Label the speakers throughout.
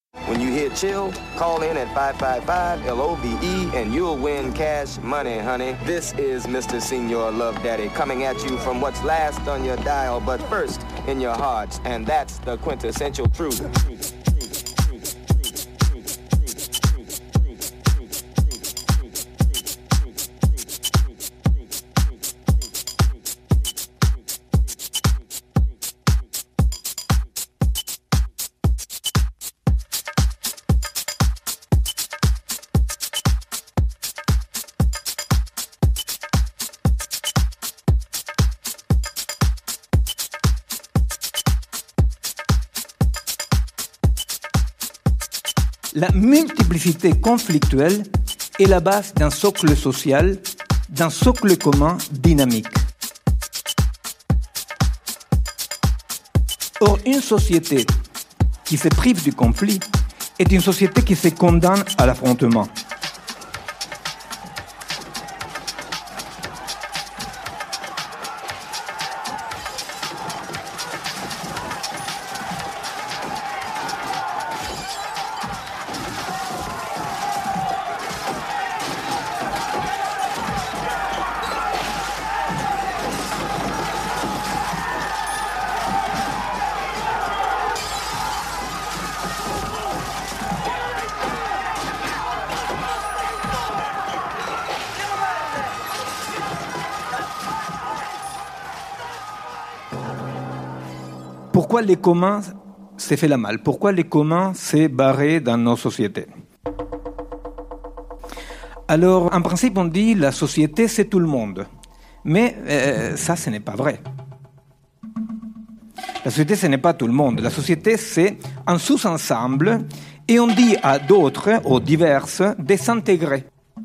Speaker 1: When you hear chill, call in at 555-LOVE and you'll win cash money, honey. This is Mr. Senior Love Daddy coming at you from what's last on your dial, but first in your hearts, and that's the quintessential truth.
Speaker 2: La multiplicité conflictuelle est la base d'un socle social, d'un socle commun dynamique. Or, une société qui se prive du conflit est une société qui se condamne à l'affrontement. Pourquoi les communs s'est fait la malle? Pourquoi les communs s'est barré dans nos sociétés? Alors, en principe, on dit la société, c'est tout le monde. Mais ça, ce n'est pas vrai. La société, ce n'est pas tout le monde. La société, c'est un sous-ensemble et on dit à d'autres, aux diverses, de s'intégrer.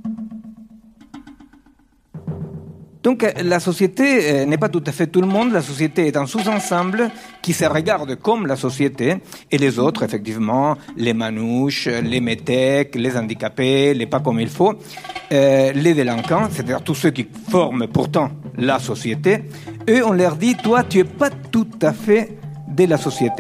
Speaker 2: Donc la société n'est pas tout à fait tout le monde, la société est un sous-ensemble qui se regarde comme la société, et les autres, effectivement, les manouches, les métèques, les handicapés, les pas comme il faut, les délinquants, c'est-à-dire tous ceux qui forment pourtant la société, eux on leur dit, toi tu n'es pas tout à fait de la société.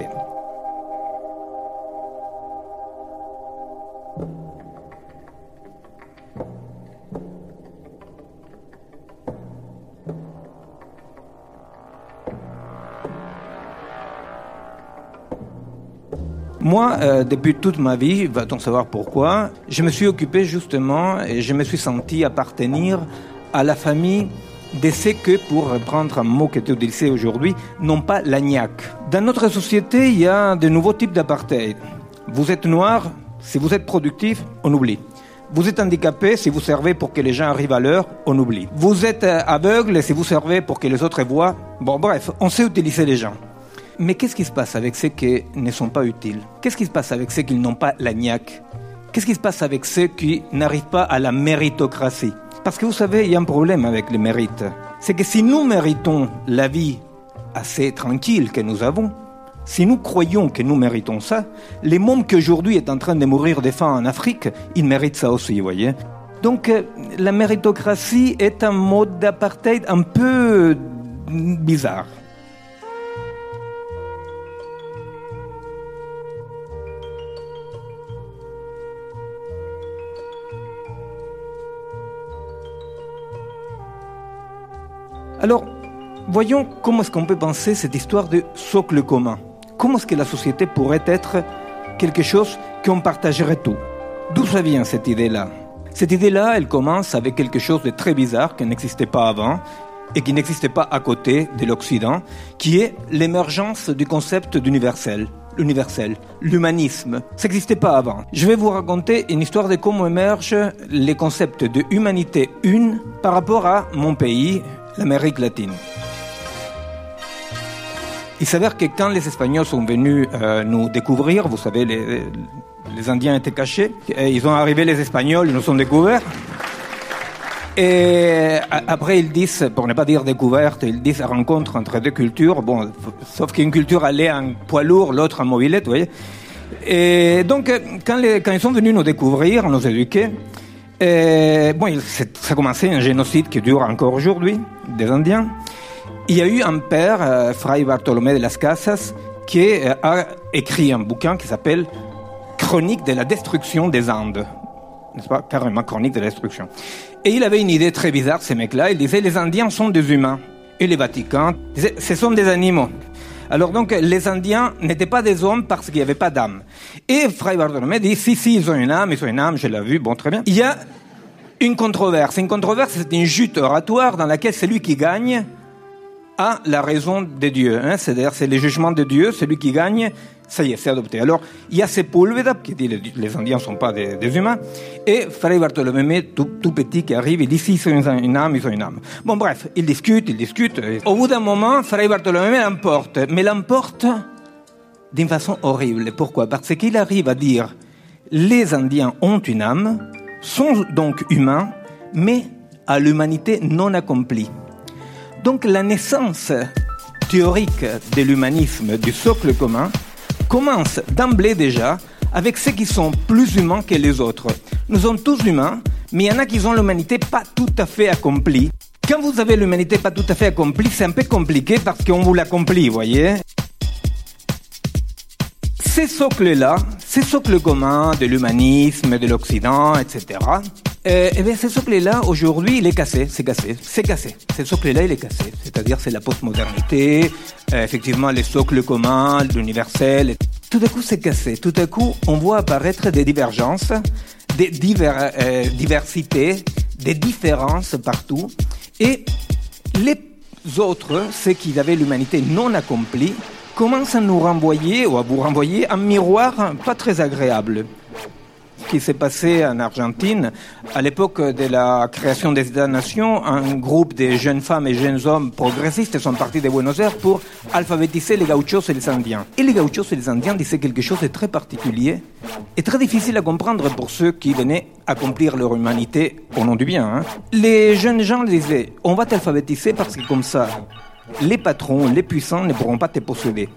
Speaker 2: Moi, depuis toute ma vie, va-t-on savoir pourquoi, je me suis occupé justement et je me suis senti appartenir à la famille de ceux que, pour reprendre un mot qui est utilisé aujourd'hui, n'ont pas l'agnac. Dans notre société, il y a de nouveaux types d'apartheid. Vous êtes noir, si vous êtes productif, on oublie. Vous êtes handicapé, si vous servez pour que les gens arrivent à l'heure, on oublie. Vous êtes aveugle, si vous servez pour que les autres voient. Bon, bref, on sait utiliser les gens. Mais qu'est-ce qui se passe avec ceux qui ne sont pas utiles? Qu'est-ce qui se passe avec ceux qui n'ont pas l'agnac? Qu'est-ce qui se passe avec ceux qui n'arrivent pas à la méritocratie? Parce que vous savez, il y a un problème avec les mérites. C'est que si nous méritons la vie assez tranquille que nous avons, si nous croyons que nous méritons ça, les mômes qui aujourd'hui est en train de mourir de faim en Afrique, ils méritent ça aussi, vous voyez. Donc la méritocratie est un mode d'apartheid un peu bizarre. Alors, voyons comment est-ce qu'on peut penser cette histoire de socle commun. Comment est-ce que la société pourrait être quelque chose qu'on partagerait tout? D'où ça vient cette idée-là? Cette idée-là, elle commence avec quelque chose de très bizarre qui n'existait pas avant et qui n'existait pas à côté de l'Occident, qui est l'émergence du concept d'universel. L'universel, l'humanisme. Ça n'existait pas avant. Je vais vous raconter une histoire de comment émergent les concepts de humanité une par rapport à mon pays, l'Amérique latine. Il s'avère que quand les Espagnols sont venus nous découvrir, vous savez, les Indiens étaient cachés, et ils ont arrivé les Espagnols, ils nous ont découverts. Et après, ils disent, pour ne pas dire découverte, ils disent rencontre entre deux cultures. Bon, sauf qu'une culture allait en poids lourd, l'autre en mobilette, vous voyez. Et donc, quand ils sont venus nous découvrir, nous éduquer, ça a commencé un génocide qui dure encore aujourd'hui, des Indiens. Il y a eu un père, Fray Bartolomé de las Casas, qui a écrit un bouquin qui s'appelle chronique de la destruction des Andes. N'est-ce pas? Carrément chronique de la destruction. Et il avait une idée très bizarre, ces mecs-là. Il disait, les Indiens sont des humains. Et les Vatican disait, ce sont des animaux. Alors donc, les Indiens n'étaient pas des hommes parce qu'il n'y avait pas d'âme. Et Fray Bartolomé dit, si, ils ont une âme, je l'ai vu, bon, très bien. Il y a une controverse. Une controverse, c'est une jute oratoire dans laquelle celui qui gagne a la raison de Dieu. C'est-à-dire, c'est le jugement de Dieu, celui qui gagne, ça y est, c'est adopté. Alors, il y a Sepúlveda, qui dit les Indiens ne sont pas des humains, et Fray Bartolomé, tout petit, qui arrive, il dit, si, ils ont une âme. Bon, bref, ils discutent. Au bout d'un moment, Fray Bartolomé l'emporte, mais l'emporte d'une façon horrible. Pourquoi? Parce qu'il arrive à dire, les Indiens ont une âme, sont donc humains, mais à l'humanité non accomplie. Donc la naissance théorique de l'humanisme, du socle commun, commence d'emblée déjà avec ceux qui sont plus humains que les autres. Nous sommes tous humains, mais il y en a qui ont l'humanité pas tout à fait accomplie. Quand vous avez l'humanité pas tout à fait accomplie, c'est un peu compliqué parce qu'on vous l'accomplit, voyez. Ces socles-là, ces socles communs de l'humanisme, de l'Occident, etc., ce socle-là, aujourd'hui, il est cassé, c'est cassé. Ce socle-là, il est cassé. C'est-à-dire, c'est la postmodernité, effectivement, les socles communs, l'universel. Tout à coup, c'est cassé. Tout à coup, on voit apparaître des divergences, des diversités, des différences partout. Et les autres, ceux qui avaient l'humanité non accomplie, commencent à nous renvoyer, ou à vous renvoyer, un miroir pas très agréable. Ce qui s'est passé en Argentine, à l'époque de la création des États-nations, un groupe de jeunes femmes et jeunes hommes progressistes sont partis de Buenos Aires pour alphabétiser les gauchos et les Indiens. Et les gauchos et les Indiens disaient quelque chose de très particulier et très difficile à comprendre pour ceux qui venaient accomplir leur humanité au nom du bien. Les jeunes gens disaient, on va t'alphabétiser parce que comme ça, les patrons, les puissants ne pourront pas te posséder.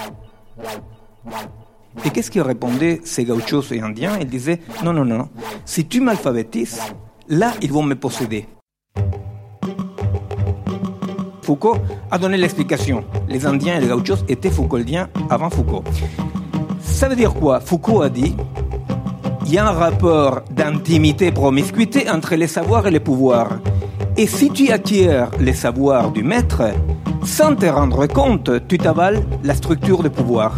Speaker 2: Et qu'est-ce qu'ils répondaient, ces gauchos et indiens? Ils disaient, non, si tu m'alphabétises, là, ils vont me posséder. Foucault a donné l'explication. Les indiens et les gauchos étaient foucauldiens avant Foucault. Ça veut dire quoi? Foucault a dit, il y a un rapport d'intimité, promiscuité entre les savoirs et les pouvoirs. Et si tu acquiers les savoirs du maître, sans te rendre compte, tu t'avales la structure de pouvoir.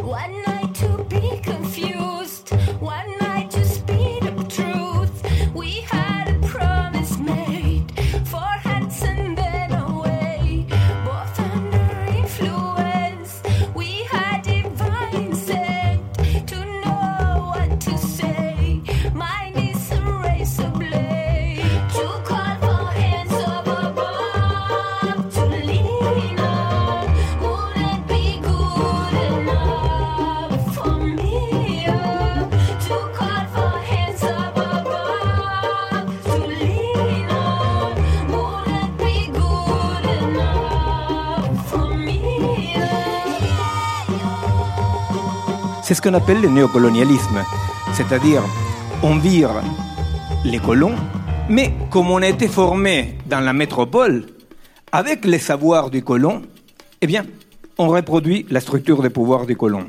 Speaker 2: C'est ce qu'on appelle le néocolonialisme, c'est-à-dire on vire les colons, mais comme on a été formé dans la métropole, avec les savoirs du colon, eh bien, on reproduit la structure de pouvoir du colon.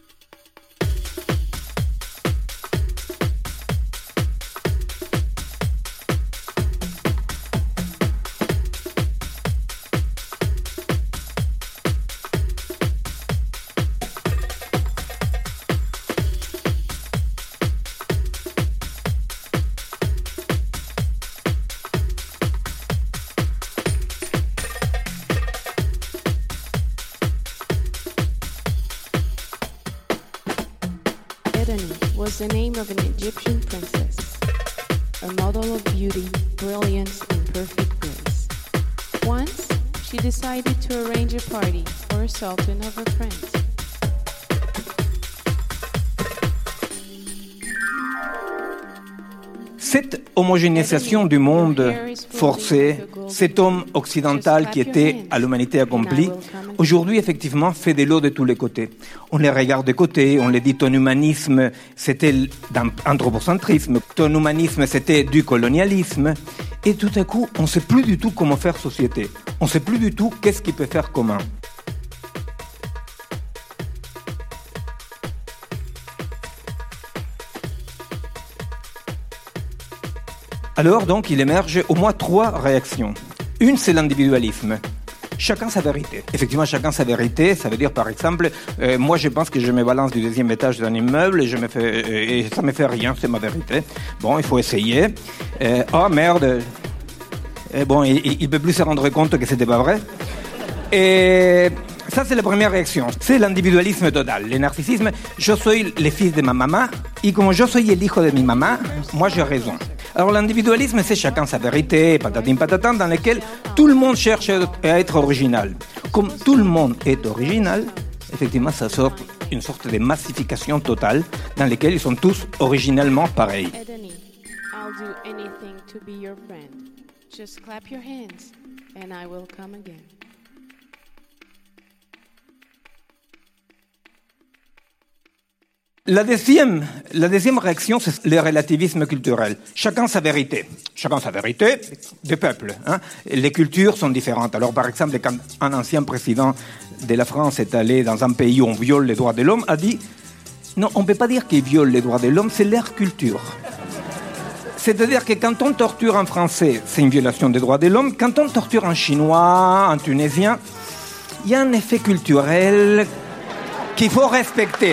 Speaker 3: Was the name of an Egyptian princess, a model of beauty, brilliance, and perfect grace. Once, she decided to arrange a party for a sultan of her prince.
Speaker 2: Cette homogénéisation du monde forcée, cet homme occidental qui était à l'humanité accomplie, aujourd'hui, effectivement, fait de l'eau de tous les côtés. On les regarde de côté, on les dit ton humanisme, c'était d'anthropocentrisme, ton humanisme, c'était du colonialisme. Et tout à coup, on ne sait plus du tout comment faire société. On ne sait plus du tout qu'est-ce qui peut faire commun. Alors donc il émerge au moins 3 réactions. Une, c'est l'individualisme. Chacun sa vérité. Effectivement, chacun sa vérité, ça veut dire par exemple, moi je pense que je me balance du 2e étage d'un immeuble et ça me fait rien, c'est ma vérité. Bon, il faut essayer. Oh merde. Bon, il peut plus se rendre compte que c'était pas vrai. Et ça, c'est la première réaction. C'est l'individualisme total, le narcissisme. Je suis le fils de ma maman, et comme je suis el hijo de mi maman, moi j'ai raison. Alors l'individualisme, c'est chacun sa vérité, patatin patatan, dans lequel tout le monde cherche à être original. Comme tout le monde est original, effectivement, ça sort une sorte de massification totale dans laquelle ils sont tous originellement pareils.
Speaker 3: Edeni, I'll do anything to be your friend. Just clap your hands and I will come again.
Speaker 2: La deuxième réaction, c'est le relativisme culturel. Chacun sa vérité. Chacun sa vérité des peuples. Hein. Les cultures sont différentes. Alors, par exemple, quand un ancien président de la France est allé dans un pays où on viole les droits de l'homme, a dit « Non, on ne peut pas dire qu'ils violent les droits de l'homme, c'est leur culture. » C'est-à-dire que quand on torture un Français, c'est une violation des droits de l'homme. Quand on torture un Chinois, un Tunisien, il y a un effet culturel qu'il faut respecter.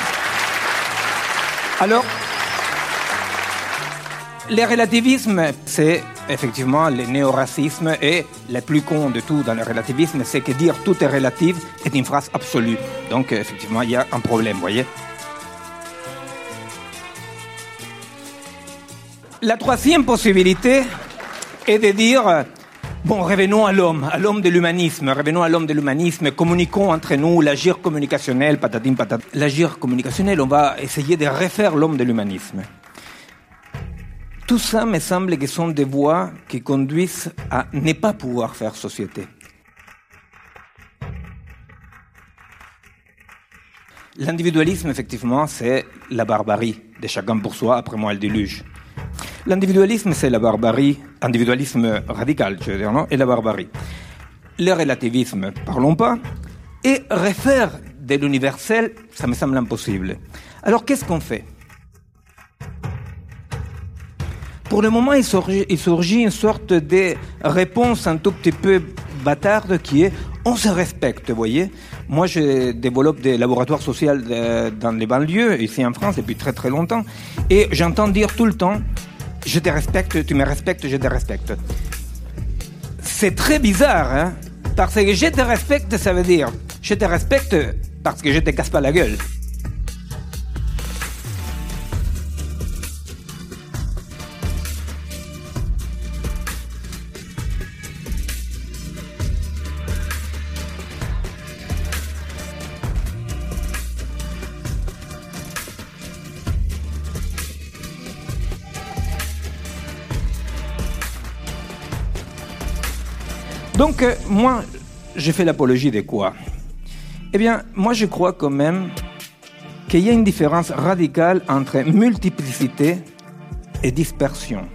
Speaker 2: Alors, le relativisme, c'est effectivement le néo-racisme et le plus con de tout dans le relativisme, c'est que dire tout est relatif est une phrase absolue. Donc, effectivement, il y a un problème, vous voyez. La troisième possibilité est de dire, bon, revenons à l'homme de l'humanisme, communiquons entre nous, l'agir communicationnel, patatim patatim. L'agir communicationnel, on va essayer de refaire l'homme de l'humanisme. Tout ça me semble que sont des voies qui conduisent à ne pas pouvoir faire société. L'individualisme, effectivement, c'est la barbarie de chacun pour soi, après moi le déluge. L'individualisme, c'est la barbarie, individualisme radical, je veux dire, non, et la barbarie. Le relativisme, parlons pas, et refaire de l'universel, ça me semble impossible. Alors, qu'est-ce qu'on fait? Pour le moment, il surgit une sorte de réponse un tout petit peu bâtarde qui est « on se respecte », vous voyez. Moi, je développe des laboratoires sociaux dans les banlieues, ici en France, depuis très très longtemps, et j'entends dire tout le temps « je te respecte, tu me respectes, je te respecte ». C'est très bizarre, hein, parce que je te respecte, ça veut dire je te respecte parce que je te casse pas la gueule. Donc, moi, j'ai fait l'apologie de quoi? Eh bien, moi, je crois quand même qu'il y a une différence radicale entre multiplicité et dispersion.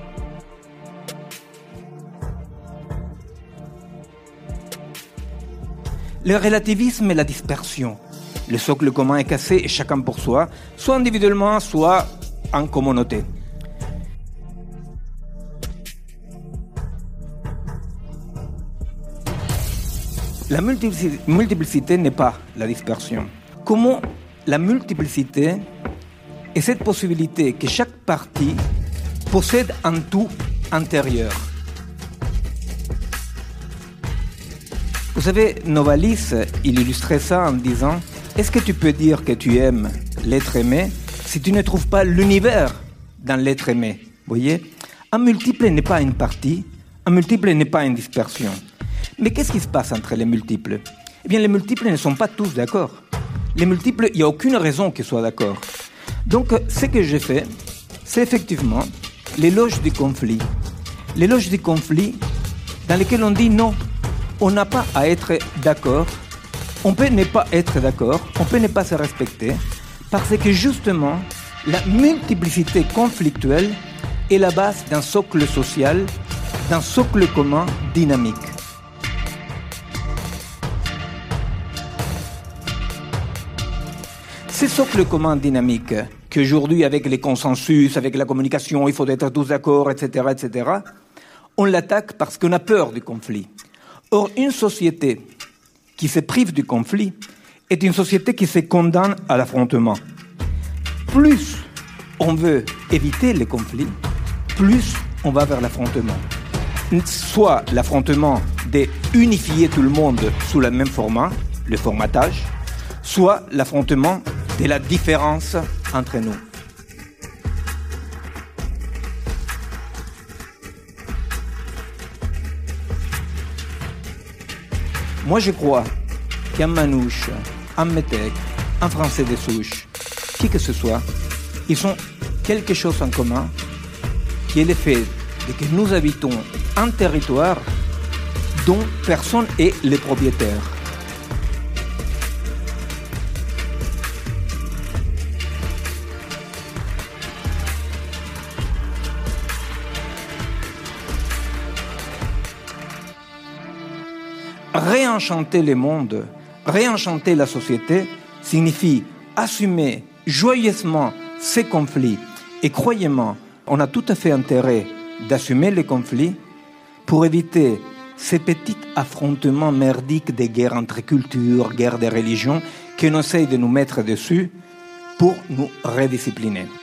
Speaker 2: Le relativisme et la dispersion. Le socle commun est cassé et chacun pour soi, soit individuellement, soit en communauté. La multiplicité n'est pas la dispersion. Comment la multiplicité est cette possibilité que chaque partie possède un tout intérieur. Vous savez, Novalis, il illustrait ça en disant « Est-ce que tu peux dire que tu aimes l'être aimé si tu ne trouves pas l'univers dans l'être aimé ?» Vous voyez, un multiple n'est pas une partie, un multiple n'est pas une dispersion. Mais qu'est-ce qui se passe entre les multiples? Eh bien, les multiples ne sont pas tous d'accord. Les multiples, il n'y a aucune raison qu'ils soient d'accord. Donc, ce que j'ai fait, c'est effectivement l'éloge du conflit. L'éloge du conflit dans lequel on dit non, on n'a pas à être d'accord, on peut ne pas être d'accord, on peut ne pas se respecter, parce que justement, la multiplicité conflictuelle est la base d'un socle social, d'un socle commun dynamique. Ce socle commun dynamique, qu'aujourd'hui, avec les consensus, avec la communication, il faut être tous d'accord, etc., etc., on l'attaque parce qu'on a peur du conflit. Or, une société qui se prive du conflit est une société qui se condamne à l'affrontement. Plus on veut éviter les conflits, plus on va vers l'affrontement. Soit l'affrontement d'unifier tout le monde sous le même format, le formatage, soit l'affrontement de la différence entre nous. Moi, je crois qu'un manouche, un métèque, un français de souche, qui que ce soit, ils ont quelque chose en commun, qui est le fait que nous habitons un territoire dont personne n'est le propriétaire. Réenchanter le monde, réenchanter la société, signifie assumer joyeusement ces conflits. Et croyez-moi, on a tout à fait intérêt d'assumer les conflits pour éviter ces petits affrontements merdiques des guerres entre cultures, guerres des religions, qu'on essaye de nous mettre dessus pour nous rediscipliner.